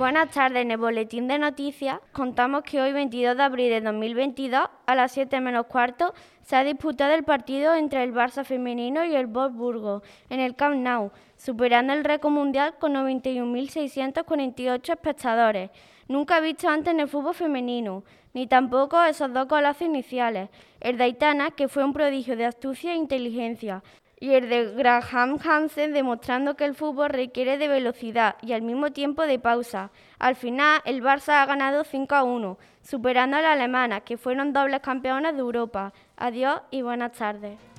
Buenas tardes, en el boletín de noticias contamos que hoy 22 de abril de 2022 a las 7 menos cuarto se ha disputado el partido entre el Barça femenino y el Wolfsburgo en el Camp Nou, superando el récord mundial con 91.648 espectadores. Nunca visto antes en el fútbol femenino, ni tampoco esos dos golazos iniciales, el de Aitana, que fue un prodigio de astucia e inteligencia, y el de Graham Hansen, demostrando que el fútbol requiere de velocidad y al mismo tiempo de pausa. Al final, el Barça ha ganado 5-1, superando a la alemana, que fueron dobles campeonas de Europa. Adiós y buenas tardes.